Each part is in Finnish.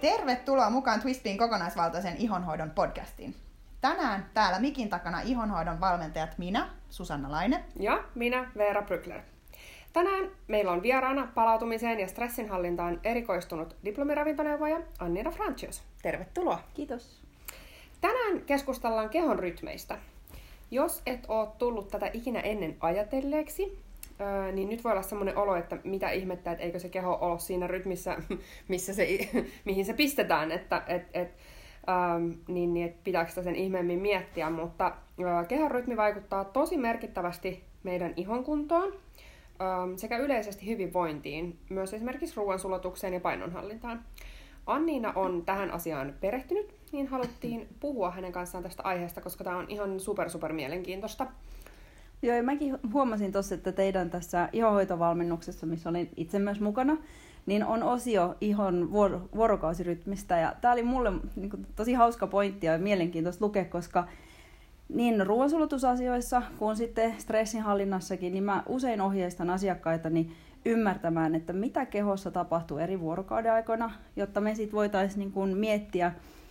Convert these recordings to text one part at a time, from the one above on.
Tervetuloa mukaan Twistiin kokonaisvaltaisen ihonhoidon podcastiin. Tänään täällä mikin takana ihonhoidon valmentajat minä, Susanna Laine. Ja minä, Veera Brückler. Tänään meillä on vieraana palautumiseen ja stressinhallintaan erikoistunut diplomiravintoneuvoja Annina Francios. Tervetuloa. Kiitos. Tänään keskustellaan kehon rytmeistä. Jos et ole tullut tätä ikinä ennen ajatelleeksi, niin nyt voi olla semmoinen olo, että mitä ihmettä, että eikö se keho ole siinä rytmissä, mihin se pistetään, että pitääkö sitä sen ihmeemmin miettiä, mutta kehon rytmi vaikuttaa tosi merkittävästi meidän ihonkuntoon sekä yleisesti hyvinvointiin, myös esimerkiksi ruoansulatukseen ja painonhallintaan. Anniina on tähän asiaan perehtynyt, niin haluttiin puhua hänen kanssaan tästä aiheesta, koska tämä on ihan super mielenkiintoista. Joo, ja mäkin huomasin tuossa, että teidän tässä ihonhoitovalmennuksessa, missä olin itse myös mukana, niin on osio ihon vuorokausirytmistä. Ja tämä oli mulle tosi hauska pointti ja mielenkiintoista lukea, koska niin ruoansulatusasioissa kuin sitten stressinhallinnassakin, niin mä usein ohjeistan asiakkaitani ymmärtämään, että mitä kehossa tapahtuu eri vuorokauden aikoina, jotta me sitten voitaisiin miettiä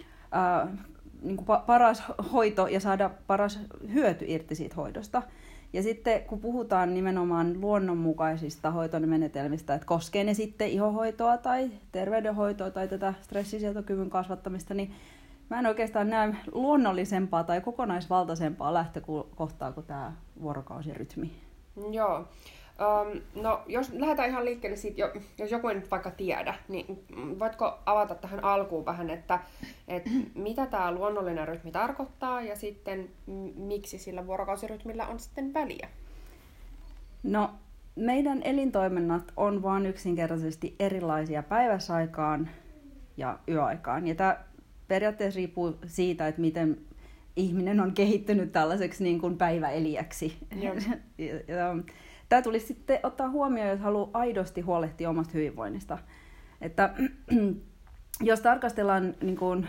paras hoito ja saada paras hyöty irti siitä hoidosta. Ja sitten kun puhutaan nimenomaan luonnonmukaisista hoitomenetelmistä, että koskee ne sitten ihohoitoa tai terveydenhoitoa tai tätä stressisietokyvyn kasvattamista, niin mä en oikeastaan näe luonnollisempaa tai kokonaisvaltaisempaa lähtökohtaa kuin tämä vuorokausirytmi. Joo. No, jos lähdetään ihan liikkeelle siitä, jos joku ei nyt vaikka tiedä, niin voitko avata tähän alkuun vähän, että mitä tämä luonnollinen rytmi tarkoittaa ja sitten miksi sillä vuorokausirytmillä on sitten väliä? No, meidän elintoiminnat on vaan yksinkertaisesti erilaisia päiväsaikaan ja yöaikaan. Ja tämä periaatteessa riippuu siitä, että miten ihminen on kehittynyt tällaiseksi niin kuin päiväelijäksi. Tämä tulisi sitten ottaa huomioon, jos haluaa aidosti huolehtia omasta hyvinvoinnista. Että, jos tarkastellaan niin kuin,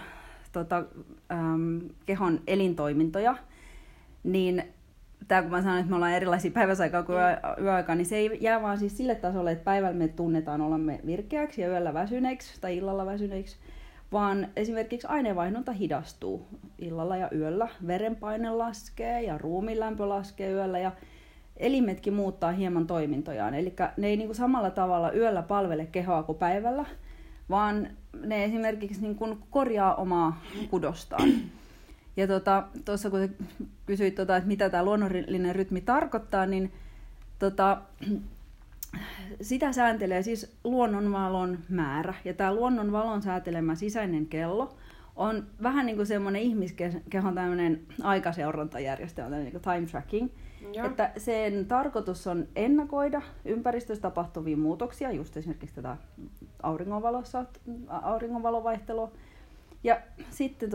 kehon elintoimintoja, niin tämä kun mä sanoin, että me ollaan erilaisia päiväsaikaa kuin yöaikaa, niin se ei jää vaan siis sille tasolle, että päivällä me tunnetaan olamme virkeäksi ja yöllä väsyneiksi tai illalla väsyneiksi, vaan esimerkiksi aineenvaihdunta hidastuu illalla ja yöllä, verenpaine laskee ja ruumiinlämpö laskee yöllä ja elimetkin muuttaa hieman toimintojaan. Eli ne ei samalla tavalla yöllä palvele kehoa kuin päivällä, vaan ne esimerkiksi korjaa omaa kudostaan. Ja tuossa kun kysyit, että mitä tämä luonnollinen rytmi tarkoittaa, niin sitä sääntelee siis luonnonvalon määrä. Ja tämä luonnonvalon säätelemä sisäinen kello on vähän niin kuin semmoinen ihmiskehon tämmöinen aikaseurantajärjestelmä, niin kuin time tracking. Joo. Että sen tarkoitus on ennakoida ympäristössä tapahtuvia muutoksia, just esimerkiksi tätä auringonvalovaihtelua. Ja sitten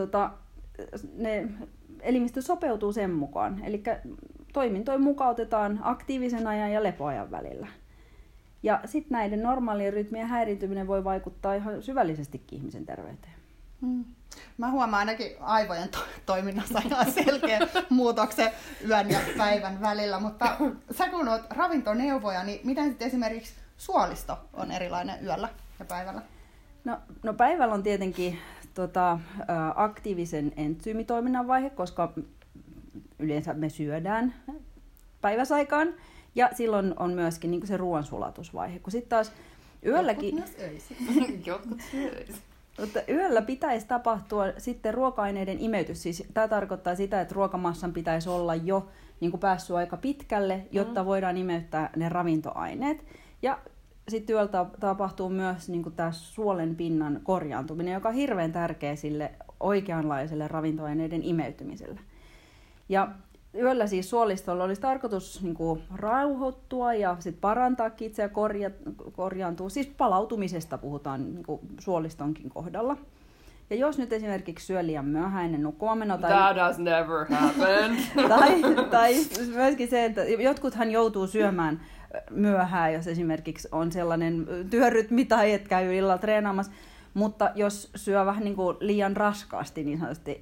elimistö sopeutuu sen mukaan. Eli toimintoja mukautetaan aktiivisen ajan ja lepoajan välillä. Ja sitten näiden normaalien rytmien häiriintyminen voi vaikuttaa ihan syvällisestikin ihmisen terveyteen. Mä huomaan ainakin aivojen toiminnassa ihan selkeä muutoksen yön ja päivän välillä, mutta sä kun oot ravintoneuvoja, niin miten sitten esimerkiksi suolisto on erilainen yöllä ja päivällä? No päivällä on tietenkin aktiivisen entsyymitoiminnan vaihe, koska yleensä me syödään päiväsaikaan ja silloin on myöskin se ruoansulatusvaihe, kun sitten taas yölläkin... Jotkut öisin. Mutta yöllä pitäisi tapahtua sitten ruoka-aineiden imeytys. Siis tämä tarkoittaa sitä, että ruokamassan pitäisi olla jo päässyt aika pitkälle, jotta voidaan imeyttää ne ravintoaineet. Ja sitten yöllä tapahtuu myös tämä suolen pinnan korjaantuminen, joka on hirveän tärkeä sille oikeanlaiselle ravintoaineiden imeytymiselle. Ja yöllä siis suolistolla olisi tarkoitus rauhoittua ja sit parantaa itseä korjaantua. Siis palautumisesta puhutaan suolistonkin kohdalla. Ja jos nyt esimerkiksi syö liian myöhäinen nukkumaanmeno That has never happened. tai myöskin se, että jotkuthan joutuu syömään myöhään, jos esimerkiksi on sellainen työrytmi tai et käy illalla treenaamassa. Mutta jos syö vähän liian raskaasti niin sanotusti,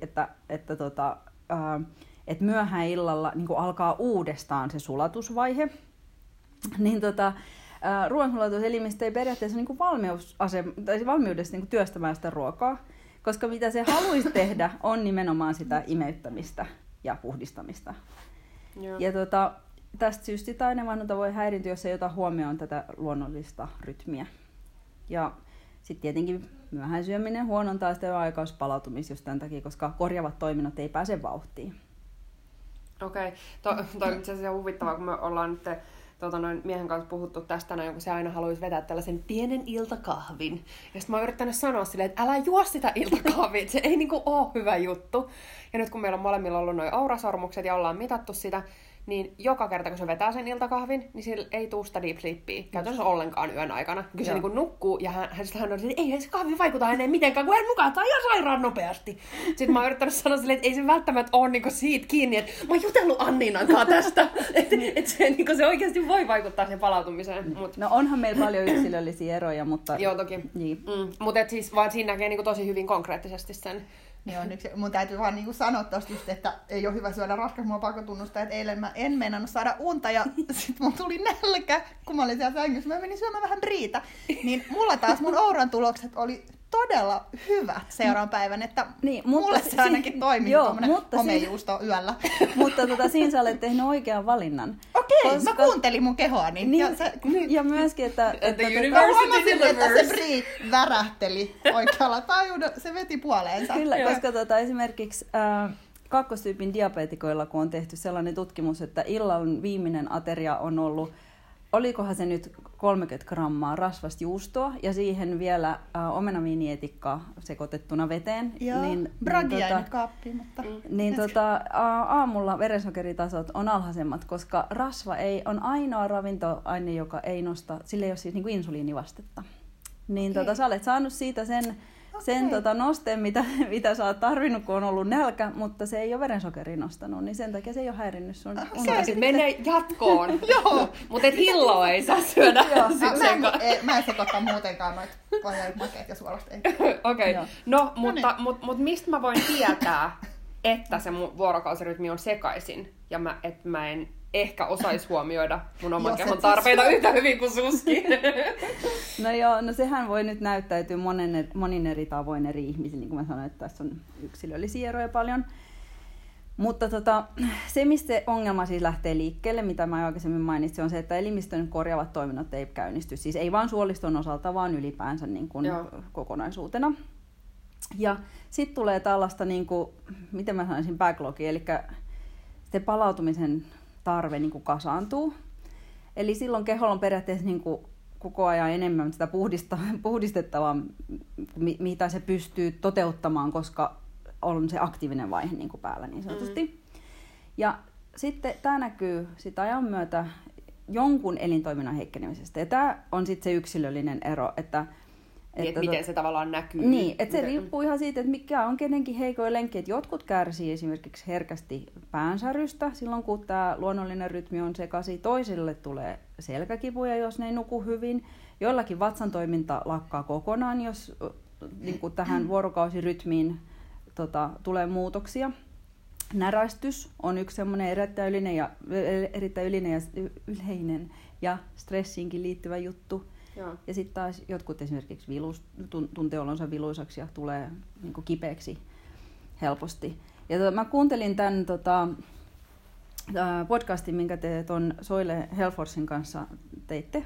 että myöhään illalla alkaa uudestaan se sulatusvaihe, niin ruoansulaituselimistö ei periaatteessa niin kuin valmiudessa niin kuin työstämään sitä ruokaa, koska mitä se haluaisi tehdä on nimenomaan sitä imeyttämistä ja puhdistamista. Joo. Ja tästä syystä aineenvaihdunta voi häiriintyä, jos ei ota huomioon tätä luonnollista rytmiä. Ja sitten tietenkin myöhäisyöminen huonontaa sitä palautumista just tämän takia, koska korjaavat toiminnot ei pääse vauhtiin. Okei. Toi on itse asiassa huvittavaa, kun me ollaan nyt miehen kanssa puhuttu tästä, kun se aina haluaisi vetää tällaisen pienen iltakahvin. Ja sitten mä oon yrittänyt sanoa silleen, että älä juo sitä iltakahvia, että se ei niinku ole hyvä juttu. Ja nyt kun meillä on molemmilla ollut noi aurasormukset ja ollaan mitattu sitä, niin joka kerta kun se vetää sen iltakahvin, niin sillä ei tule sitä deep sleepia käytännössä ollenkaan yön aikana. Kyllä se niin nukkuu ja hän on että ei se kahvi vaikuta häneen mitenkään, kun hän nukahtaa ihan sairaan nopeasti. Sitten mä oon yrittänyt sanoa silleen, että ei se välttämättä ole niin siitä kiinni, että mä oon jutellut Anniinan kanssa tästä, että se, niin se oikeasti voi vaikuttaa siihen palautumiseen. No onhan meillä paljon yksilöllisiä eroja, mutta... Joo, toki. Niin. Mutta siis vaan siinä näkee niin tosi hyvin konkreettisesti sen. Niin on yksi. Mun täytyy vaan niinku sanoa tosta just, että ei ole hyvä syödä raskas. Mua pakko tunnustaa, että eilen mä en meinannut saada unta ja sit mun tuli nälkä, kun mä olin siellä sängyssä. Mä menin syömään vähän riitä. Niin mulla taas mun ouran tulokset oli todella hyvät seuraavan päivän, että niin, mulle se ainakin toimii tuommoinen homejuusto yöllä. Mutta siinä sä olet tehnyt oikean valinnan. Okei, mä kuuntelin mun kehoani. Niin, ja myöskin, että se Brie värähteli oikealla taajuudella, se veti puoleensa. Kyllä, koska esimerkiksi kakkostyypin diabeetikoilla, kun on tehty sellainen tutkimus, että illan viimeinen ateria on ollut, olikohan se nyt 30 grammaa rasvasta juustoa ja siihen vielä omenaviinietikkaa sekoitettuna veteen. Joo, Bragi jäi nyt kaappiin, mutta... aamulla verensokeritasot on alhaisemmat, koska rasva on ainoa ravintoaine, joka ei nosta, sillä ei ole siis niin kuin insuliinivastetta. Niin sä olet saanut siitä sen nosteen, mitä sä oot tarvinnut, kun on ollut nälkä, mutta se ei ole verensokeria nostanut, niin sen takia se ei ole häirinnyt sun unta. Se menee jatkoon. Joo. Mutta hilloa ei saa syödä. Mä en sekoittaa muutenkaan noita pohjaiset makeet ja suolasta. Okei. No, mutta mistä mä voin tietää, että se mun vuorokausirytmi on sekaisin ja että mä en ehkä osaisi huomioida mun oman kehon tarpeita yhtä hyvin kuin suski. No joo, no sehän voi nyt näyttäytyä monin eri tavoin eri ihmisille, niin kuin mä sanoin, että tässä on yksilöllisiä eroja paljon. Mutta se, mistä se ongelma siis lähtee liikkeelle, mitä mä aikaisemmin mainitsin, on se, että elimistön korjaavat toiminnot ei käynnisty. Siis ei vaan suoliston osalta, vaan ylipäänsä niin kuin kokonaisuutena. Ja sitten tulee tällaista, niin kuin, miten mä sanoisin, backlogia, eli se palautumisen tarve niin kuin kasaantuu. Eli silloin keholla on periaatteessa niin kuin koko ajan enemmän sitä puhdistettavaa, mitä se pystyy toteuttamaan, koska on se aktiivinen vaihe niin kuin päällä niin sanotusti. Ja sitten tämä näkyy sitä ajan myötä jonkun elintoiminnan heikkenemisestä. Ja tämä on sitten se yksilöllinen ero, että miten se tavallaan näkyy. Niin, että se riippuu ihan siitä, että mikä on kenenkin heikoin lenkki. Että jotkut kärsii esimerkiksi herkästi päänsärystä silloin, kun tämä luonnollinen rytmi on sekaisin. Toisille tulee selkäkipuja, jos ne ei nuku hyvin. Joillakin vatsan toiminta lakkaa kokonaan, jos niin kuin tähän vuorokausirytmiin tulee muutoksia. Närästys on yksi semmoinen erittäin yleinen ja stressiinkin liittyvä juttu. Joo. Ja sitten taas jotkut esimerkiksi tuntee olonsa viluisaksi ja tulee niin kuin kipeäksi helposti. Ja mä kuuntelin tämän podcastin, minkä te tuon Soile Helforsin kanssa teitte.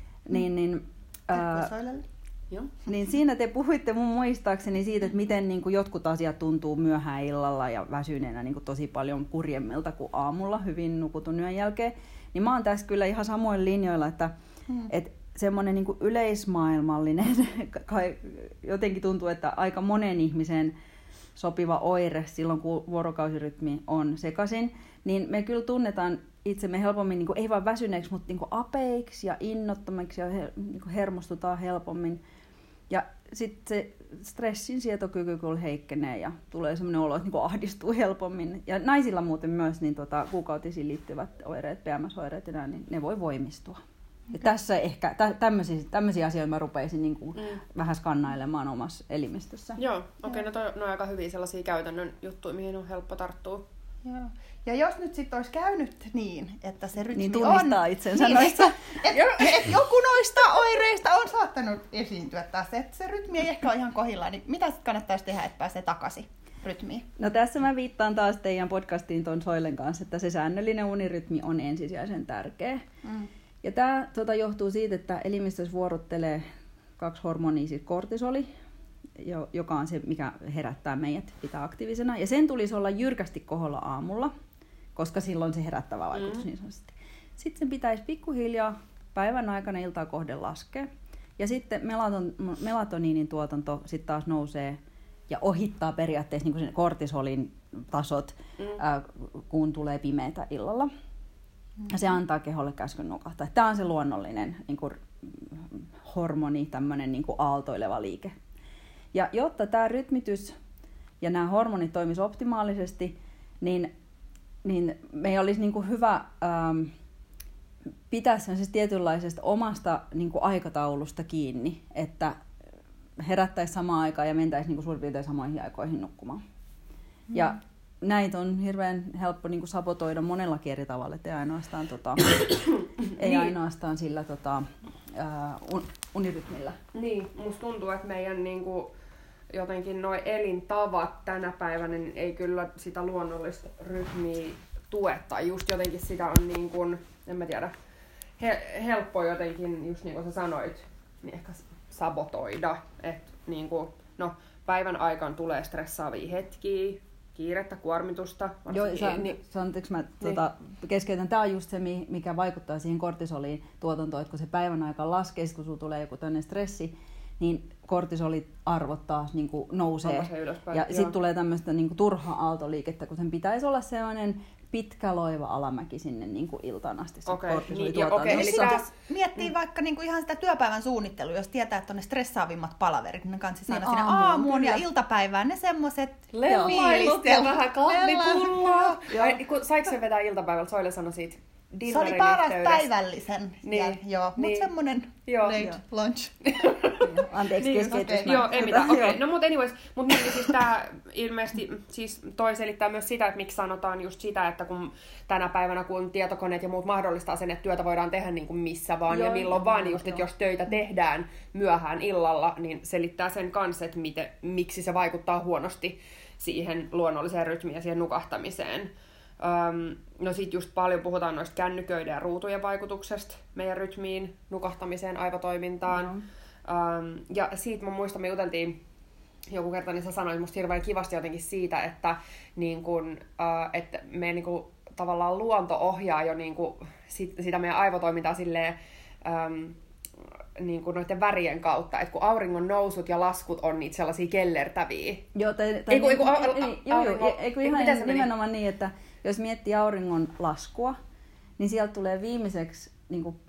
Niin siinä te puhuitte mun muistaakseni siitä, että miten niin kuin jotkut asiat tuntuu myöhään illalla ja väsyneenä niin kuin tosi paljon kurjemmilta kuin aamulla hyvin nukutun yön jälkeen. Niin mä oon tässä kyllä ihan samoin linjoilla, että semmoinen niin kuin yleismaailmallinen, jotenkin tuntuu, että aika monen ihmisen sopiva oire silloin, kun vuorokausirytmi on sekaisin, niin me kyllä tunnetaan itsemme helpommin, niin kuin, ei vain väsyneeksi, mutta niin kuin apeiksi ja innottomiksi ja niin kuin hermostutaan helpommin. Ja sitten se stressin sietokyky kyllä heikkenee ja tulee semmoinen olo, että niin kuin ahdistuu helpommin. Ja naisilla muuten myös niin kuukautisiin liittyvät oireet, PMS-oireet ja nämä, niin ne voi voimistua. Ja tässä ehkä tämmöisiä asioita mä rupeisin niin kuin vähän skannailemaan omassa elimistössä. Joo, okei, no on aika hyviä sellaisia käytännön juttuja, mihin on helppo tarttua. Joo. Ja jos nyt sitten olisi käynyt niin, että se rytmi niin tunnistaa on... itsensä niin, noissa. Et joku noista oireista on saattanut esiintyä taas, että se rytmi ei ehkä ole ihan kohdillaan, niin mitä sitten kannattaisi tehdä, että pääsee takaisin rytmiin? No tässä mä viittaan taas teidän podcastiin ton Soilen kanssa, että se säännöllinen unirytmi on ensisijaisen tärkeä. Ja tämä johtuu siitä, että elimistössä vuorottelee 2 hormonia, siis kortisoli, joka on se, mikä herättää meidät, pitää aktiivisena. Ja sen tulisi olla jyrkästi koholla aamulla, koska silloin se herättävä vaikutus niin sanotusti. Sitten sen pitäisi pikkuhiljaa päivän aikana iltaa kohden laskea. Ja sitten melatoniinin tuotanto sitten taas nousee ja ohittaa periaatteessa niin kuin sen kortisolin tasot, kun tulee pimeätä illalla. Ja se antaa keholle käskyn nukahtaa. Tämä on se luonnollinen niin kuin hormoni, tämmöinen niin kuin aaltoileva liike. Ja jotta tämä rytmitys ja nämä hormonit toimisi optimaalisesti, niin meidän olisi niin kuin hyvä pitää tietynlaisesta omasta niin kuin aikataulusta kiinni, että herättäisiin samaan aikaan ja mentäisiin niin kuin suurin piirtein samoihin aikoihin nukkumaan. Ja näitä on hirveän helppo niin kuin sabotoida monellakin eri tavalla, että ei ainoastaan sillä unirytmillä. Niin, musta tuntuu, että meidän niinku, jotenkin noi elintavat tänä päivänä niin ei kyllä sitä luonnollista rytmiä tue, tai just jotenkin sitä on niin kuin, en mä tiedä, helppo jotenkin, just niin kuin sä sanoit, niin ehkä sabotoida, että niin kuin, no, päivän aikaan tulee stressaavia hetkiä, kiirettä, kuormitusta. Joo, anteeksi mä keskeytän. Tämä on just se, mikä vaikuttaa siihen kortisoliin tuotantoon, että kun se päivän aikaan laskee, kun sulla tulee joku tämmöinen stressi, niin kortisoliarvot taas niin kuin nousee. Ja sitten tulee tämmöistä niin kuin turhaa aaltoliikettä, kun sen pitäisi olla sellainen pitkä loiva alamäki sinne niin kuin iltaan asti. Miettii vaikka niin kuin ihan sitä työpäivän suunnittelua, jos tietää, että on ne stressaavimmat palaverit, niin kanssa aina sinne aamuun ja iltapäivään ne semmoiset lellailut ja vähän kahvipulloa. Saiko se vetää iltapäivällä? Soile sanoi siitä. Se oli paras päivällisen. Niin. Mutta semmoinen late lunch. Anteeksi, keskeytys. Joo, ei mitään. Okay. No mutta anyways, niin, siis tää ilmeisesti siis toi selittää myös sitä, että miksi sanotaan just sitä, että kun tänä päivänä kun tietokoneet ja muut mahdollistaa sen, että työtä voidaan tehdä niin kuin missä vaan ja milloin vaan, just että jos töitä tehdään myöhään illalla, niin selittää sen kanssa, että miksi se vaikuttaa huonosti siihen luonnolliseen rytmiin ja siihen nukahtamiseen. No sit just paljon puhutaan noista kännyköiden ja ruutujen vaikutuksesta meidän rytmiin, nukahtamiseen, aivotoimintaan. Ja siitä mä muistan, me juteltiin joku kerta, niin sä sanoit musta hirveän kivasti jotenkin siitä, että, niin kun, että meidän niin kun, tavallaan luonto ohjaa jo niin kun, sitä meidän aivotoimintaa silleen, niin kuin noiden värien kautta, että kun auringon nousut ja laskut on niitä sellaisia kellertäviä. Joo, ihan nimenomaan niin, että jos miettii auringon laskua, niin sieltä tulee viimeiseksi niin kuin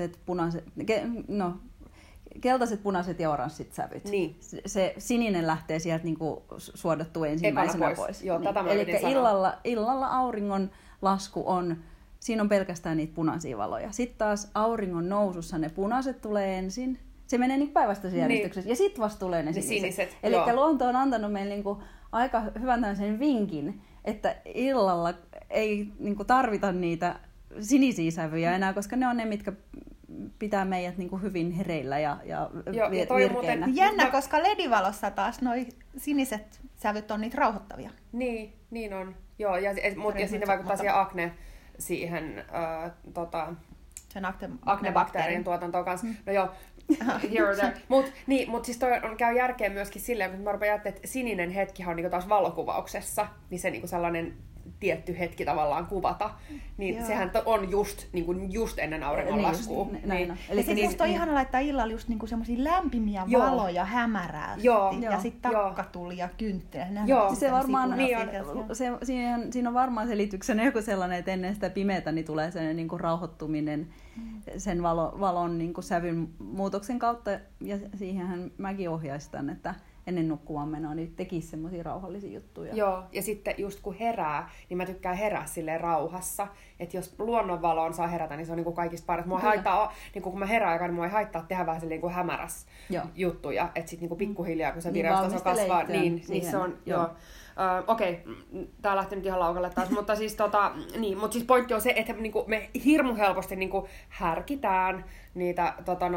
keltaiset, punaiset ja oranssit sävyt. Niin. Se sininen lähtee sieltä niin kuin suodattua ensimmäisenä pois. Joo, niin. tätä mä Eli illalla auringon lasku on, siinä on pelkästään niitä punaisia valoja. Sitten taas auringon nousussa ne punaiset tulee ensin. Se menee niin päivästä järjestyksessä. Ja sitten vasta tulee ne siniset. Eli luonto on antanut meille niin kuin aika hyvän tämmöisen vinkin, että illalla ei niin kuin tarvita niitä sinisiä sävyjä enää, koska ne on ne, mitkä pitää meidät niin kuin hyvin hereillä ja virkeinä. Jännä, koska ledivalossa taas noi siniset sävyt on niitä rauhoittavia. Niin on. Joo, ja sitten vaikuttaa siihen sen aknebakteerin tuotantoon kanssa. No joo, here or there. Mut siis toi käy järkeä myöskin silleen, kun mä rupean ajattelemaan, että sininen hetkihan on niinku taas valokuvauksessa, niin se niinku sellainen tietty hetki tavallaan kuvata, niin sehän on just ennen auringon laskua. Eli sitten musta on ihana laittaa illalla just niinku semmosia lämpimiä valoja hämärää. Ja sitten takkatuli ja kynttilä. Se varmaan, siinä on varmaan selityksenä joku sellainen, että ennen sitä pimeätä niin tulee sellainen niinku rauhoittuminen sen valon niinku sävyn muutoksen kautta. Ja siihenhän mäkin ohjaistan, että ennen nukkumaan menoa, niin tekisi semmoisia rauhallisia juttuja. Joo, ja sitten just kun herää, niin mä tykkään herää silleen rauhassa. Että jos luonnonvaloon saa herätä, niin se on niin kuin kaikista paras. Mua haittaa, niin kun mä herään aikaan, niin mua ei haittaa tehdä vähän silleen niin kuin hämäräs juttuja. Että sitten niin pikkuhiljaa, kun se vireystaso kasvaa, niin se on... Joo. Okei, tää lähti nyt ihan laukalle taas, mutta siis, mutta siis pointti on se, että niinku, me hirmu helposti niinku, härkitään niitä,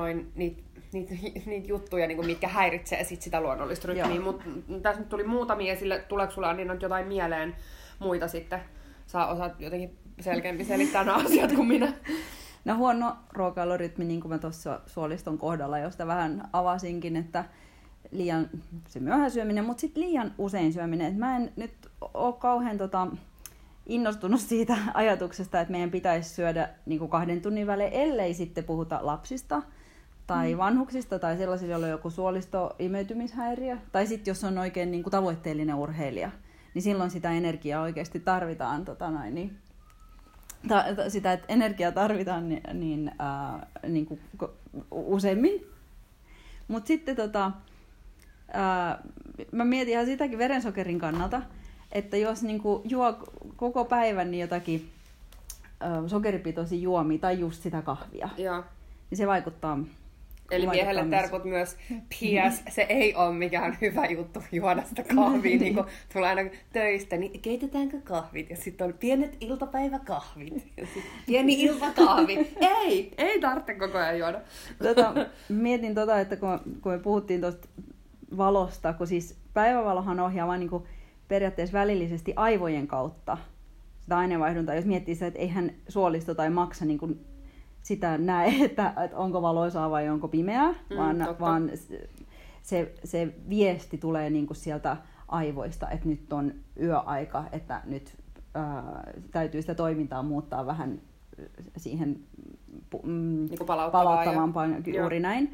niitä juttuja, niinku, mitkä häiritsee sit sitä luonnollista rytmiä. Mutta tässä nyt tuli muutamia esille. Tuleeko sulla Anni nyt jotain mieleen muita sitten? Osaat jotenkin selkeämpi selittää nämä asiat kuin minä. No huono ruokailurytmi, niin kuin mä tuossa suoliston kohdalla, josta vähän avasinkin, että liian se myöhäsyöminen, mutta sitten liian usein syöminen. Et mä en nyt ole kauhean innostunut siitä ajatuksesta, että meidän pitäisi syödä niin 2 tunnin välein, ellei sitten puhuta lapsista tai vanhuksista tai sellaisilla, joilla on joku suolisto-imeytymishäiriö. Tai sitten jos on oikein niin tavoitteellinen urheilija, niin silloin sitä energiaa oikeasti tarvitaan. Sitä, että energiaa tarvitaan niin kuin useammin. Mutta sitten mä mietin ihan sitäkin verensokerin kannalta, että jos niinku juo koko päivän niin jotakin sokeripitoisia juomia tai just sitä kahvia, niin se vaikuttaa. Eli miehelle terkut myös. PS, se ei ole mikään hyvä juttu juoda sitä kahvia. Niin kun tulee aina töistä, niin keitetäänkö kahvit? Ja sitten on pienet iltapäiväkahvit. Ja pieni iltakahvi. Ei tarvitse koko ajan juoda. Mietin että kun me puhuttiin tuosta valosta, kun siis päivävalohan ohjaa vain niin periaatteessa välillisesti aivojen kautta sitä aineenvaihduntaa. Jos miettii sitä, että eihän suolisto tai maksa niin kuin sitä näe, että onko valoisaa vai onko pimeää, vaan se viesti tulee niin kuin sieltä aivoista, että nyt on yöaika, että nyt täytyy sitä toimintaa muuttaa vähän siihen niin palauttavampaan, juuri näin.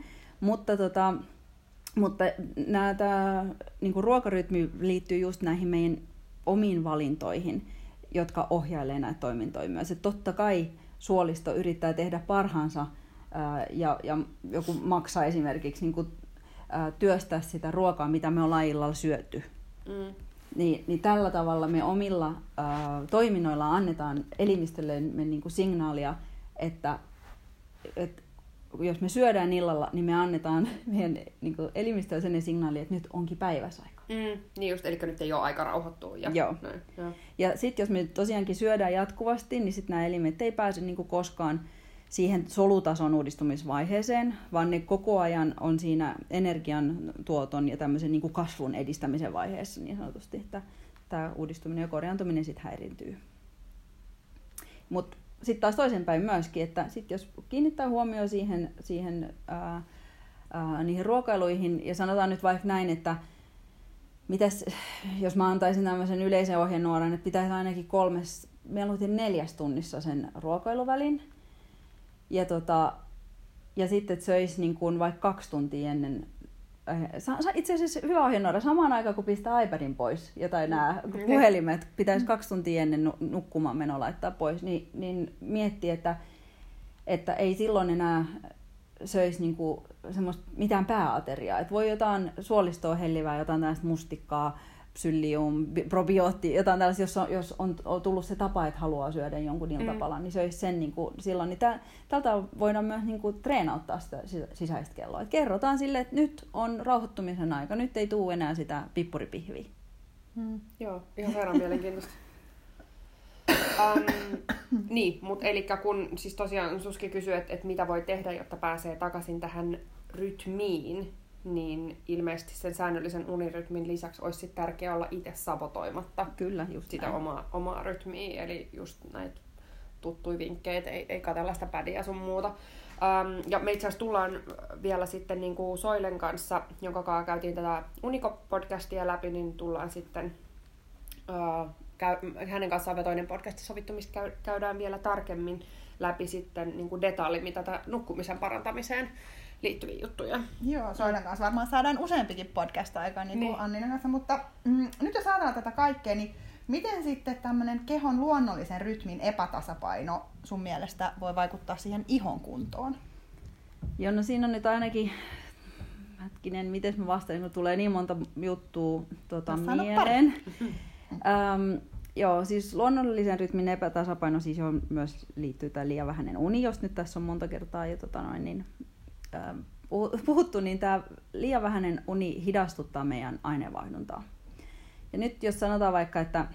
Mutta tämä niinku ruokarytmi liittyy just näihin meidän omiin valintoihin, jotka ohjailee näitä toimintoja myös. Et totta kai suolisto yrittää tehdä parhaansa ja joku maksaa esimerkiksi niinku, työstää sitä ruokaa, mitä me ollaan illalla syöty. Niin tällä tavalla me omilla toiminnoilla annetaan elimistölle niinku signaalia, että jos me syödään illalla, niin me annetaan meidän niin elimistöön sellainen signaali, että nyt onkin päiväsaika. Niin just, eli nyt ei ole aika rauhoittua. Joo. Ja sitten jos me tosiaankin syödään jatkuvasti, niin sitten nämä elimet ei pääse niin koskaan siihen solutason uudistumisvaiheeseen, vaan ne koko ajan on siinä energian tuoton ja tämmöisen niin kasvun edistämisen vaiheessa niin sanotusti, että tämä uudistuminen ja korjaantuminen sitten häiriintyy. Mutta sitten taas toisenpäin myöskin, että sit jos kiinnittää huomioon niihin ruokailuihin ja sanotaan nyt vaikka näin, että mitäs, jos mä antaisin tämmöisen yleisen ohjenuoran, että pitäisi ainakin 4 tunnissa sen ruokailuvälin ja sitten että söisi niin kuin vaikka 2 tuntia ennen. Itse asiassa hyvä ohjenuora, samaan aikaan kun pistää iPadin pois, jotain nämä puhelimet pitäisi 2 tuntia ennen nukkumaan menoa laittaa pois, niin miettii, että ei silloin enää söisi niinku semmoista mitään pääateriaa. Et voi jotain suolistoa hellivää, jotain tällaista mustikkaa, psyllium, probiootti, jotain tällaista, jos on tullut se tapa, että haluaa syödä jonkun iltapalan, niin söisi sen niinku silloin. Niin tältä voidaan myös niinku treenauttaa sitä sisäistä kelloa. Et kerrotaan sille, että nyt on rauhoittumisen aika, nyt ei tule enää sitä pippuripihviä. Joo, ihan verran mielenkiintoista. Niin, mutta eli kun siis tosiaan Suski kysyy, että mitä voi tehdä, jotta pääsee takaisin tähän rytmiin, niin ilmeisesti sen säännöllisen unirytmin lisäksi olisi sit tärkeää olla itse sabotoimatta just sitä omaa rytmiä, eli just näitä tuttuja vinkkejä, ei katsella sitä pädiä sun muuta. Ja me itse asiassa tullaan vielä sitten niin kuin Soilen kanssa, jonka kanssa käytiin tätä Uniko-podcastia läpi, niin tullaan sitten hänen kanssaan toinen podcasti sovittu, mistä käydään vielä tarkemmin läpi sitten niin kuin mitä tätä nukkumisen parantamiseen liittyviä juttuja. Joo, Soilen kanssa varmaan saadaan useampikin podcast-aika niin kuin Annina kanssa, mutta nyt jos saadaan tätä kaikkea, niin miten sitten tämmöinen kehon luonnollisen rytmin epätasapaino sun mielestä voi vaikuttaa siihen ihon kuntoon? Joo, no siinä on nyt ainakin hetkinen, miten mä vastaan, kun tulee niin monta juttua mieleen. Joo, siis luonnollisen rytmin epätasapaino siis on myös liittyy tämä liian vähäinen uni, jos nyt tässä on monta kertaa jo puhuttu, niin tämä liian vähäinen uni hidastuttaa meidän aineenvaihduntaa. Ja nyt jos sanotaan vaikka, että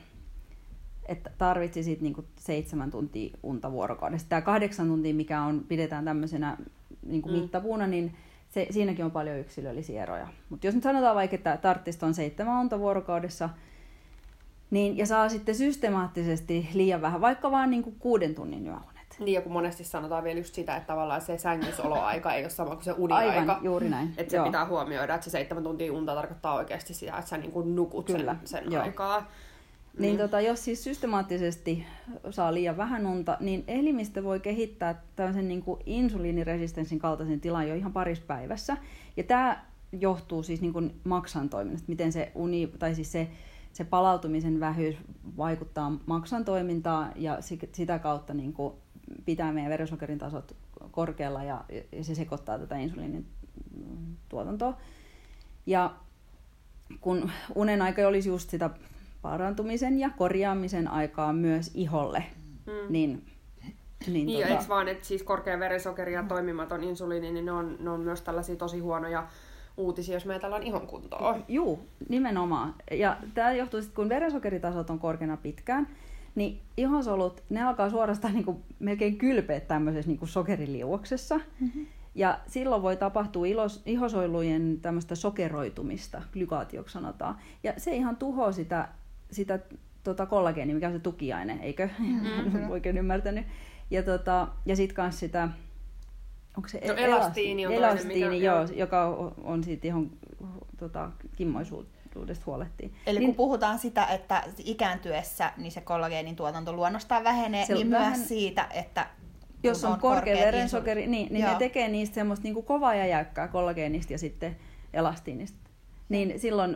tarvitsisit niinku 7 tuntia unta vuorokaudessa, tämä 8 tuntia, mikä pidetään tämmöisenä niinku mittapuuna, niin siinäkin on paljon yksilöllisiä eroja. Mutta jos nyt sanotaan vaikka, että tarvitsisi on 7 unta vuorokaudessa, niin, ja saa sitten systemaattisesti liian vähän, vaikka vaan niinku 6 tunnin yöunet. Niin, ja kun monesti sanotaan vielä just sitä, että tavallaan se sängysoloaika ei ole sama kuin se uniaika. Aivan, juuri näin. Että se pitää huomioida, että se 7 tuntia unta tarkoittaa oikeasti sitä, että sä niinku nukut sen aikaa. Niin jos siis systemaattisesti saa liian vähän unta, niin elimistö voi kehittää tämmöisen niinku insuliiniresistenssin kaltaisen tilan jo ihan parissa päivässä. Ja tämä johtuu siis niinku maksan toiminnasta, miten se uni, tai siis se palautumisen vähyys vaikuttaa maksan toimintaan ja sitä kautta niin kuin pitää meidän verensokerin tasot korkealla ja se sekoittaa tätä insuliinin tuotantoa. Ja kun unen aika olisi just sitä parantumisen ja korjaamisen aikaa myös iholle, niin eikö vaan, että siis korkea verensokeri ja toimimaton insuliini, niin ne on myös tällaisia tosi huonoja uutisia, jos me ajatellaan ihon kuntoa. Juu, nimenomaan. Ja tämä johtuu sitten, kun verensokeritasot on korkeana pitkään, niin ihonsolut, ne alkaa suorastaan niin kuin melkein kylpeä tämmöisessä niin kuin sokeriliuoksessa. Mm-hmm. Ja silloin voi tapahtua ihosolujen tämmöistä sokeroitumista, glykaatioksi sanotaan. Ja se ihan tuhoaa sitä kollageenia, mikä on se tukiaine, eikö? Mm-hmm. Oikein ymmärtänyt. Ja sitten kanssa sitä, onko se elastiini on elastiini, joo, joka on siitä ihon kimmoisuudesta huolehtii. Eli kun puhutaan sitä, että ikääntyessä niin se kollageenin tuotanto luonnostaan vähenee, niin myös siitä, että jos on korkea verensokeri, niin ne tekee niistä semmoista niin kuin kovaa ja jäykkää kollageenista ja sitten elastiinista. Niin silloin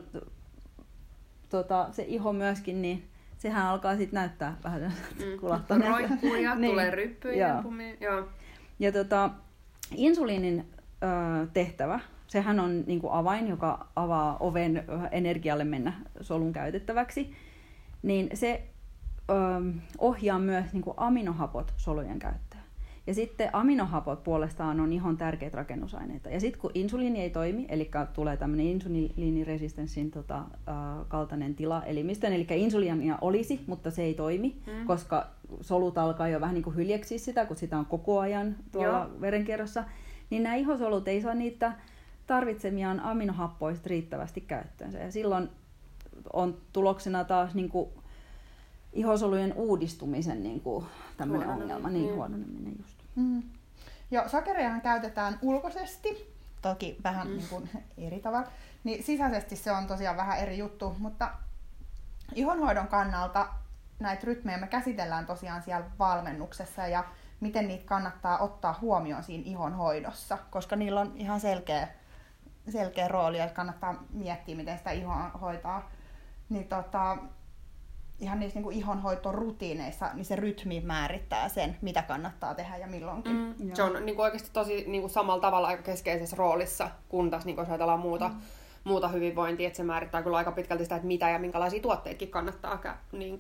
se iho myöskin, niin sehän alkaa sitten näyttää vähän kulahtaneelta. Roikkuja, niin. Tulee ryppyjä. Ja insuliinin tehtävä, sehän on niin kuin avain, joka avaa oven energialle mennä solun käytettäväksi, niin se ohjaa myös niin kuin aminohapot solujen käyttöön. Ja sitten aminohapot puolestaan on ihon tärkeitä rakennusaineita. Ja sitten kun insuliini ei toimi, eli tulee tämmöinen insuliiniresistenssin kaltainen tila elimistöön, eli insuliinia olisi, mutta se ei toimi, koska solut alkaa jo vähän niin kuin hyljeksiä sitä, kun sitä on koko ajan tuolla verenkierrossa, niin nämä ihosolut ei saa niitä tarvitsemiaan aminohappoista riittävästi käyttöönsä. Ja silloin on tuloksena taas niin kuin ihosolujen uudistumisen niin kuin tämmöinen ongelma, huononeminen just. Joo, sokerejahan käytetään ulkoisesti, toki vähän niin kuin eri tavalla, niin sisäisesti se on tosiaan vähän eri juttu, mutta ihonhoidon kannalta näitä rytmejä me käsitellään tosiaan siellä valmennuksessa ja miten niitä kannattaa ottaa huomioon siinä ihonhoidossa, koska niillä on ihan selkeä rooli ja kannattaa miettiä, miten sitä ihoa hoitaa. Niin ihan niissä niin ihonhoitorutiineissa niin se rytmi määrittää sen, mitä kannattaa tehdä ja milloinkin. Se on niin kuin oikeasti tosi niin kuin samalla tavalla aika keskeisessä roolissa, kun taas niin kuin jos ajatellaan muuta hyvinvointia, että se määrittää kyllä aika pitkälti sitä, että mitä ja minkälaisia tuotteitakin kannattaa niin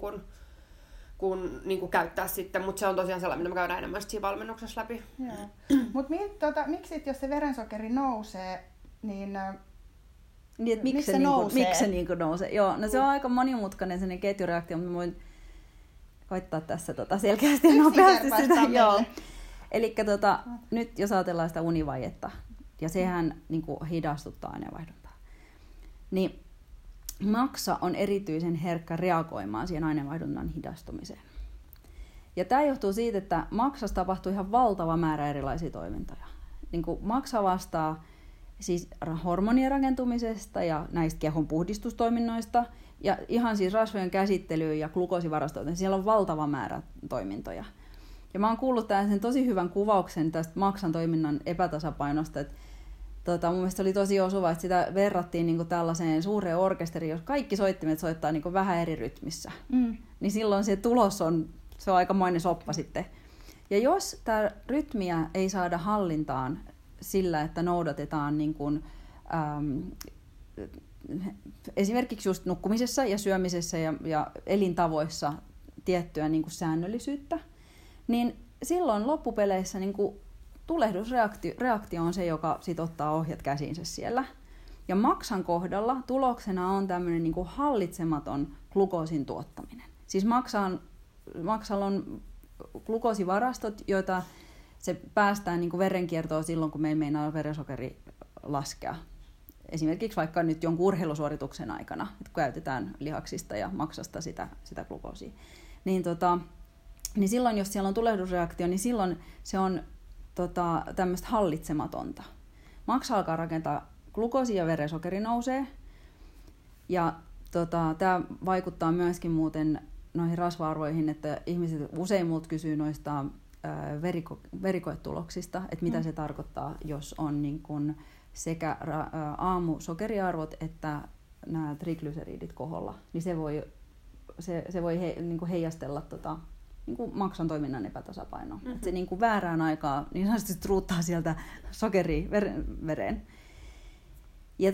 kuin käyttää sitten, mutta se on tosiaan sellainen, mitä me käydään enemmän siinä valmennuksessa läpi. Mutta miksi jos se verensokeri nousee, niin että miksi se nousee? Joo, no se on aika monimutkainen sellainen ketjureaktio, mutta mä voin koittaa tässä selkeästi nopeasti sitä. Joo. Elikkä nyt jos ajatellaan sitä univajetta, ja sehän niin kuin hidastuttaa aineenvaihduntaa, niin maksa on erityisen herkkä reagoimaan siihen aineenvaihdunnan hidastumiseen. Ja tämä johtuu siitä, että maksassa tapahtuu ihan valtava määrä erilaisia toimintoja. Niin kuin maksa vastaa siis hormonien rakentumisesta ja näistä kehon puhdistustoiminnoista ja ihan siis rasvojen käsittelyyn ja glukoosivarastointiin. Siellä on valtava määrä toimintoja. Ja mä oon kuullut tällaisen tosi hyvän kuvauksen tästä maksan toiminnan epätasapainosta, että mun mielestä oli tosi osuva, että sitä verrattiin niin kuin tällaiseen suureen orkesteriin, jos kaikki soittimet soittaa niin kuin vähän eri rytmissä. Niin silloin se tulos on aikamoinen soppa sitten. Ja jos tämä rytmiä ei saada hallintaan sillä, että noudatetaan niin kuin, esimerkiksi just nukkumisessa ja syömisessä ja elintavoissa tiettyä niin kuin säännöllisyyttä, niin silloin loppupeleissä niin kuin tulehdusreaktio on se, joka sit ottaa ohjat käsiinsä siellä. Ja maksan kohdalla tuloksena on tämmöinen niin kuin hallitsematon glukoosin tuottaminen. Siis maksalla on glukoosivarastot, joita se päästään niin kuin verenkiertoon silloin, kun meillä meinaa verensokeri laskea. Esimerkiksi vaikka nyt jonkun urheilusuorituksen aikana, että kun käytetään lihaksista ja maksasta sitä glukoosia. Niin silloin, jos siellä on tulehdusreaktio, niin silloin se on tämmöistä hallitsematonta. Maksa alkaa rakentaa glukoosi ja verensokeri nousee. Ja tämä vaikuttaa myöskin muuten noihin rasva-arvoihin, että ihmiset usein multa kysyy noista verikoetuloksista, että mitä se tarkoittaa, jos on niin kun sekä aamusokeriarvot että nämä triglyseridit koholla. Niin se voi niin kuin heijastella niin kuin maksan toiminnan epätasapainoa. Mm-hmm. Että se niin kuin väärään aikaan niin sanotusti truuttaa sieltä sokeria vereen. Ja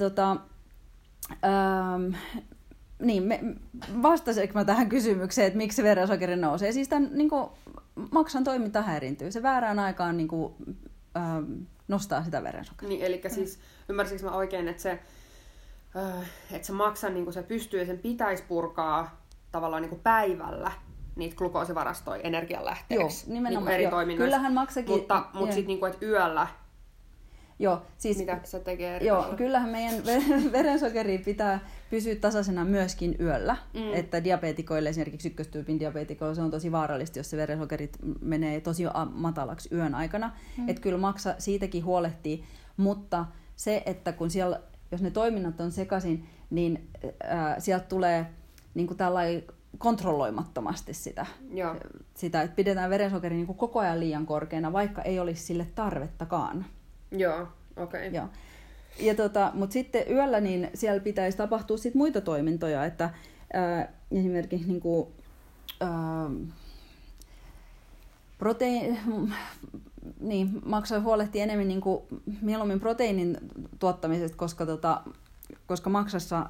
niin, vastasinko mä tähän kysymykseen, että miksi verensokeri nousee? Siis tämän niin kuin maksan toiminta häiriintyy. Se väärään aikaan niin kuin, nostaa sitä verensokeria. Niin, eli siis ymmärsinkö mä oikein, että se maksan niin kuin se pystyy ja sen pitäisi purkaa tavallaan niin kuin päivällä niitä glukoosivarastoja energianlähteeksi. Joo, nimenomaan. Niin eri toiminnoissa. Kyllähän maksakin. Mutta sitten niin kuin, että yöllä, joo, siis, mitä se tekee eri joo, tavalla? Kyllähän meidän verensokeri pitää pysyä tasaisena myöskin yöllä. Että diabeetikoille, esimerkiksi ykköstyypin diabeetikoille, se on tosi vaarallista, jos se verensokerit menee tosi matalaksi yön aikana. Että kyllä maksa siitäkin huolehtii. Mutta se, että kun siellä, jos ne toiminnat on sekaisin, niin sieltä tulee niin kuin tällainen kontrolloimattomasti sitä, että pidetään verensokeri niin kuin koko ajan liian korkeana, vaikka ei olisi sille tarvettakaan. Joo, okei. Okay. Mutta sitten yöllä niin siellä pitäisi tapahtua sit muita toimintoja, että esimerkiksi niinku, maksaa huolehtia enemmän niinku, mieluummin proteiinin tuottamisesta, koska maksassa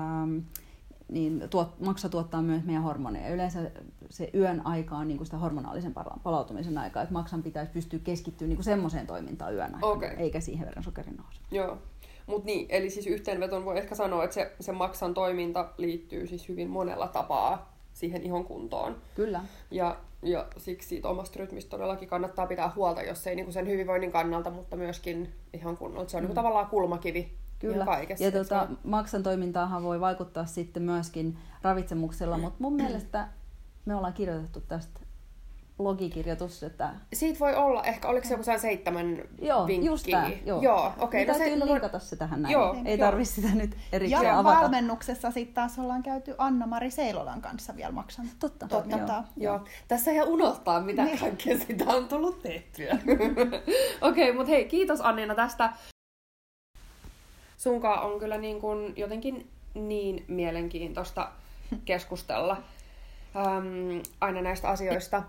maksa tuottaa myös meidän hormoneja. Yleensä se yön aika on niinku sitä hormonaalisen palautumisen aikaa, että maksan pitäisi pystyä keskittymään niinku semmoiseen toimintaan yön aikana, eikä siihen verensokerin nousuun. Joo, mutta niin, eli siis yhteenveton voi ehkä sanoa, että se maksan toiminta liittyy siis hyvin monella tapaa siihen ihon kuntoon. Kyllä. Ja siksi siitä omasta rytmistä todellakin kannattaa pitää huolta, jos ei niinku sen hyvinvoinnin kannalta, mutta myöskin ihan kunnolta. Se on niinku tavallaan kulmakivi. Kyllä. Ja maksan toimintaahan voi vaikuttaa sitten myöskin ravitsemuksella, mutta mun mielestä me ollaan kirjoitettu tästä blogikirjoitus, että... Siitä voi olla, ehkä oliko se joku 7 vinkkiä? Just tämä, joo. Okei. Niin täytyy linkata se tähän näin. Ei tarvitse sitä nyt erikseen ja avata. valmennuksessa sitten taas ollaan käyty Anna-Mari Seilolan kanssa vielä maksan toimintaa. Joo. Tässä ei unohtaa, mitä kaikkea sitä on tullut tehtyä. Okei, mutta hei, kiitos Annina tästä. Sunkaan on kyllä niin kuin jotenkin niin mielenkiintoista keskustella aina näistä asioista.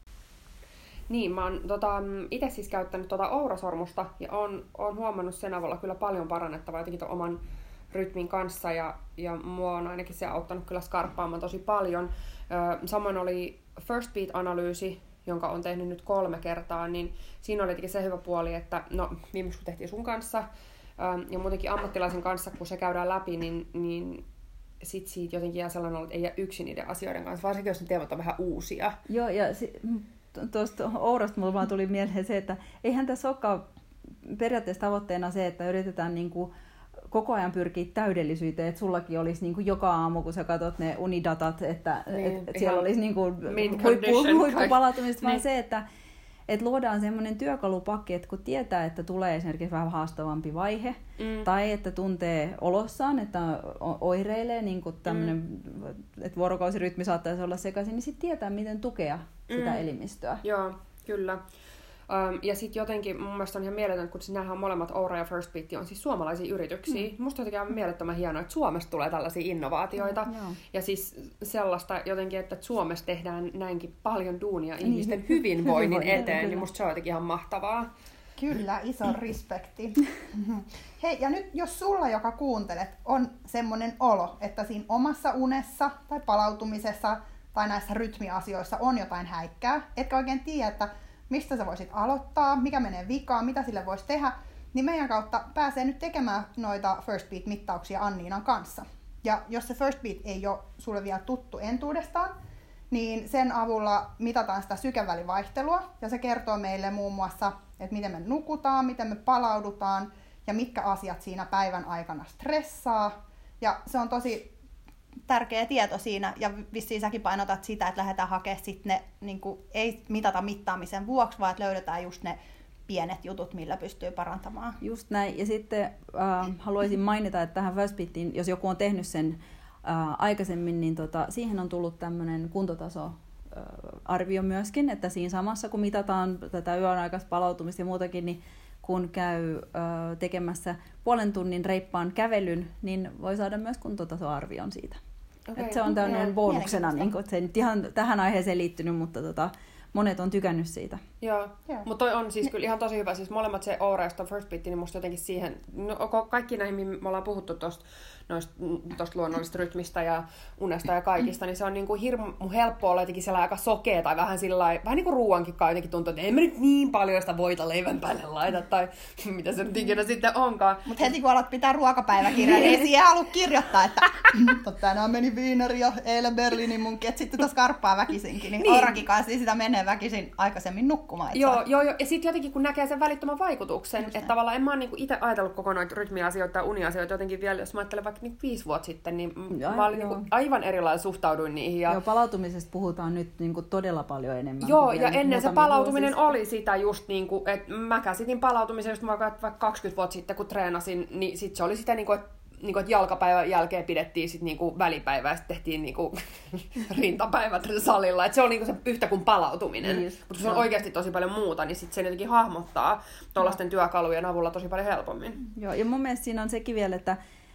Niin, mä oon itse siis käyttänyt Oura-sormusta ja oon huomannut sen avulla kyllä paljon parannettavaa jotenkin oman rytmin kanssa ja mua on ainakin se auttanut kyllä skarppaamaan tosi paljon. Samoin oli First Beat-analyysi, jonka on tehnyt nyt 3 kertaa, niin siinä oli se hyvä puoli, että viimeksi kun tehtiin sun kanssa ja muutenkin ammattilaisen kanssa, kun se käydään läpi, niin sit siitä jotenkin jää sellainen ollut, että ei jää yksin niiden asioiden kanssa, varsinkin jos ne teemat on vähän uusia. Joo, ja tuosta Ourasta mulla vaan tuli mieleen se, että eihän tässä olekaan periaatteessa tavoitteena se, että yritetään niinku koko ajan pyrkiä täydellisyyteen, että sullakin olisi niinku joka aamu, kun sä katsot ne unidatat, että siellä olisi niinku huippupalautumista, vaan se, että luodaan semmoinen työkalupakki, että kun tietää, että tulee esimerkiksi vähän haastavampi vaihe, tai että tuntee olossaan, että oireilee, niin kuin että vuorokausirytmi saattaisi olla sekaisin, niin sitten tietää, miten tukea sitä elimistöä. Joo, kyllä. Ja sitten jotenkin mun mielestä on ihan mieletöntä, kun nämähän molemmat Oura ja First Beat on siis suomalaisia yrityksiä. Musta jotenkin on mielettömän hienoa, että Suomesta tulee tällaisia innovaatioita. Ja siis sellaista jotenkin, että Suomessa tehdään näinkin paljon duunia ihmisten hyvinvoinnin eteen, niin musta se on jotenkin ihan mahtavaa. Kyllä, iso respekti. Hei, ja nyt jos sulla, joka kuuntelet, on semmoinen olo, että siinä omassa unessa tai palautumisessa tai näissä rytmiasioissa on jotain häikkää, etkä oikein tiedä, että mistä sä voisit aloittaa, mikä menee vikaan, mitä sille voisi tehdä, niin meidän kautta pääsee nyt tekemään noita First Beat-mittauksia Anniinan kanssa. Ja jos se First Beat ei ole sulle vielä tuttu entuudestaan, niin sen avulla mitataan sitä sykevälivaihtelua, ja se kertoo meille muun muassa, että miten me nukutaan, miten me palaudutaan, ja mitkä asiat siinä päivän aikana stressaa. Ja se on tosi tärkeä tieto siinä, ja vissiin säkin painotat sitä, että lähdetään hakemaan sitten ne, niin kuin, ei mitata mittaamisen vuoksi, vaan että löydetään just ne pienet jutut, millä pystyy parantamaan. Just näin, ja sitten haluaisin mainita, että tähän First Beatiin, jos joku on tehnyt sen aikaisemmin, niin siihen on tullut tämmöinen kuntotasoarvio myöskin, että siinä samassa kun mitataan tätä yön aikaista palautumista ja muutakin, niin kun käy tekemässä puolen tunnin reippaan kävelyn, niin voi saada myös kuntotasoarvion siitä. Okay. Se on tämmöinen bonuksena, niin kun, se ei nyt ihan tähän aiheeseen liittynyt, mutta monet on tykännyt siitä. Joo, mutta toi on siis kyllä ihan tosi hyvä. Siis molemmat se Oura ja First Beat, niin musta jotenkin siihen, kaikki näihin, me ollaan puhuttu tosta luonnollisesta rytmistä ja unesta ja kaikista, niin se on niinku hirmu helppo olla jotenkin sellainen aika sokea tai vähän niin kuin ruuankin jotenkin tuntuu, että en mä nyt niin paljon sitä voita leivän päälle laita tai mitä se nyt ikinä sitten onkaan. Mutta heti kun alat pitää ruokapäiväkirjaa, niin ei siihen halua kirjoittaa, että tänään meni viinari ja eilen Berliinin munkin, että sitten taas skarppaa väkisinkin, niin Ourankin kanssa sitä menee väkisin aikaisemmin nukkumaan. Joo, ja sitten jotenkin kun näkee sen välittömän vaikutuksen, että tavallaan en mä ole niinku itse ajatellut koko noita rytmiasioita ja uniasioita jotenkin vielä, jos mä ajattelen vaikka 5 vuotta sitten, niin mä olin niinku aivan erilainen suhtauduin niihin. Ja... Joo, palautumisesta puhutaan nyt niinku todella paljon enemmän. Joo, ja ennen se palautuminen oli sitä just niinku, että mä käsitin palautumisen just vaikka 20 vuotta sitten, kun treenasin, niin sit se oli sitä niinku, että jalkapäivän jälkeen pidettiin sit niinku välipäivää ja sitten tehtiin niinku rintapäivät salilla. Et se on niinku se yhtä kuin palautuminen. Niin, mutta se on oikeasti tosi paljon muuta, niin sit se jotenkin hahmottaa tuollaisten työkalujen avulla tosi paljon helpommin. Joo, ja mun mielestä siinä on sekin vielä, että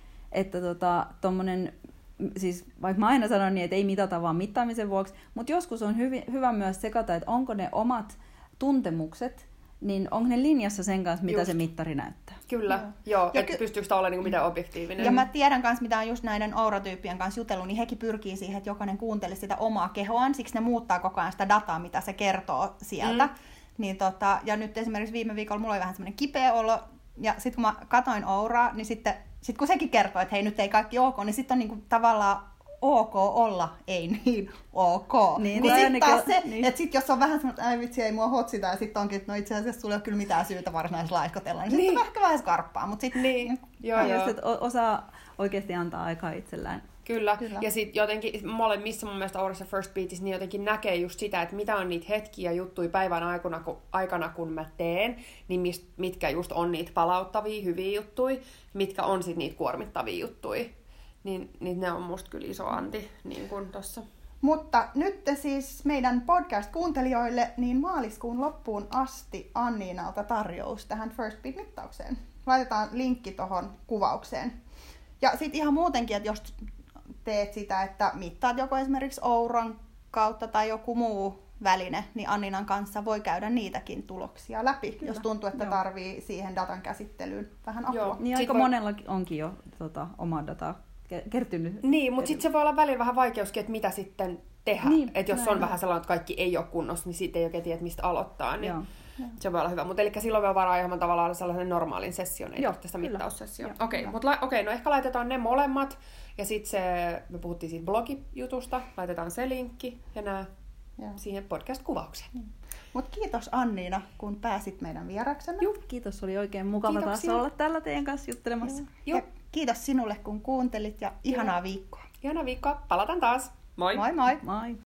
tommonen, siis vaikka mä aina sanon niin, että ei mitata vaan mittaamisen vuoksi, mutta joskus on hyvä myös sekata, että onko ne omat tuntemukset, niin onko ne linjassa sen kanssa, mitä se mittari näyttää. Kyllä, joo. Että pystyykö sitä olla niin miten objektiivinen. Ja mä tiedän kanssa, mitä on just näiden Oura-tyyppien kanssa jutellut, niin hekin pyrkii siihen, että jokainen kuuntelisi sitä omaa kehoaan, siksi ne muuttaa koko ajan sitä dataa, mitä se kertoo sieltä. Niin ja nyt esimerkiksi viime viikolla mulla oli vähän semmoinen kipeä olo, ja sitten kun mä katoin Ouraa, niin sitten kun sekin kertoo, että hei nyt ei kaikki ok, niin sitten on niinku tavallaan ok olla ei niin ok. Niin, kun sitten taas se, niin. Että sit jos on vähän semmoinen, että vitsi ei mua hotsita, ja sitten onkin, että no itse asiassa sulla ei ole kyllä mitään syytä varsinaisesti laiskotella, niin sitten on ehkä vähän skarppaa. Mutta sitten niin. Joo. Osaa oikeasti antaa aikaa itsellään. Kyllä. Ja sitten jotenkin molemmissa mun mielestä Ourassa First Beatissa niin jotenkin näkee just sitä, että mitä on niitä hetkiä juttuja päivän aikana, kun mä teen, niin mitkä just on niitä palauttavia, hyviä juttuja, mitkä on sitten niitä kuormittavia juttuja. Niin ne on musta kyllä iso anti, niin kuin tossa. Mutta nyt siis meidän podcast-kuuntelijoille niin maaliskuun loppuun asti Anniinalta tarjous tähän First Beat-mittaukseen. Laitetaan linkki tuohon kuvaukseen. Ja sitten ihan muutenkin, että jos teet sitä, että mittaat joko esimerkiksi Ouran kautta tai joku muu väline, niin Anniinan kanssa voi käydä niitäkin tuloksia läpi, kyllä, jos tuntuu, että tarvii siihen datan käsittelyyn vähän apua. Joo. Niin aika monella onkin jo omaa dataa kertynyt. Niin, mutta sitten se voi olla välillä vähän vaikeuskin, että mitä sitten tehdä. Niin, että jos on vähän sellainen, että kaikki ei ole kunnossa, niin siitä ei oikein tiedä, mistä aloittaa. Niin se voi olla hyvä. Mutta eli silloin voi varaa ihan tavallaan sellaisen normaalin session, ei tarvitse sitä mittaussessioon. Okei, no ehkä laitetaan ne molemmat. Ja sitten me puhuttiin siitä blogijutusta, laitetaan se linkki ja nämä siihen podcast-kuvaukseen. Mutta kiitos Anniina, kun pääsit meidän vieraksemme. Kiitos, oli oikein mukava taas olla täällä teidän kanssa juttelemassa. Ja kiitos sinulle, kun kuuntelit ja ihanaa viikkoa. Ihanaa viikkoa, palataan taas. Moi! Moi moi! Moi!